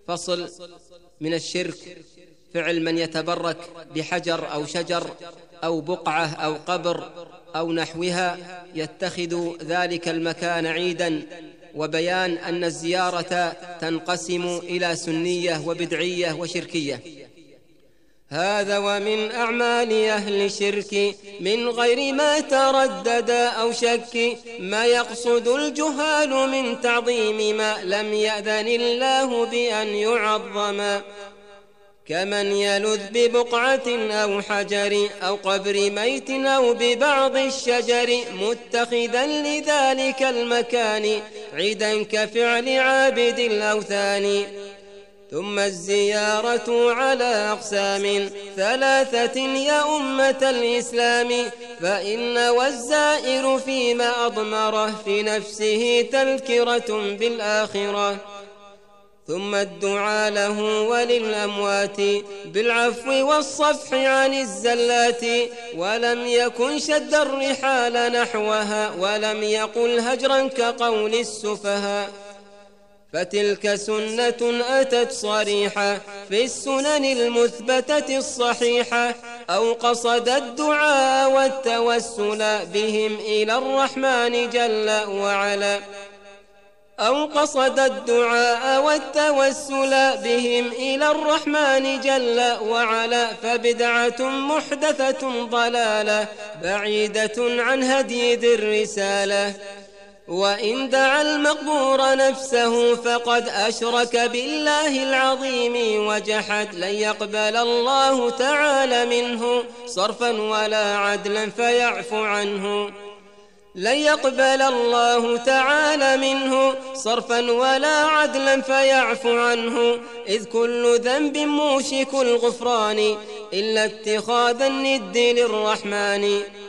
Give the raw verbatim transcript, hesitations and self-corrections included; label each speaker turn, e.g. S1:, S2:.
S1: فصل. من الشرك فعل من يتبرك بحجر أو شجر أو بقعة أو قبر أو نحوها يتخذ ذلك المكان عيدا، وبيان أن الزيارة تنقسم إلى سنية وبدعية وشركية. هذا ومن أعمال أهل الشرك من غير ما تردد أو شك، ما يقصد الجهال من تعظيم ما لم يأذن الله بأن يعظم، كمن يلذ ببقعة أو حجر أو قبر ميت أو ببعض الشجر، متخذا لذلك المكان عيدا كفعل عابد الأوثان. ثم الزيارة على أقسام ثلاثة يا أمة الإسلام، فإن والزائر فيما أضمره في نفسه تذكرة بالآخرة. ثم الدعاء له وللأموات بالعفو والصفح عن الزلات، ولم يكن شد الرحال نحوها ولم يقل هجرا كقول السفهاء، فتلك سنة أتت صريحة في السنن المثبتة الصحيحة، أو قصد الدعاء والتوسل بهم إلى الرحمن جل وعلا، أو قصد الدعاء والتوسل بهم إلى الرحمن جل وعلا، فبدعة محدثة ضلالة بعيدة عن هدي ذي الرسالة. وإن دعا المقبور نفسه فقد أشرك بالله العظيم وجحد، لن يقبل الله تعالى منه صرفا ولا عدلا فيعفو عنه، لن يقبل الله تعالى منه صرفا ولا عدلا فيعفو عنه، إذ كل ذنب موشك الغفران إلا اتخاذ الند للرحمن.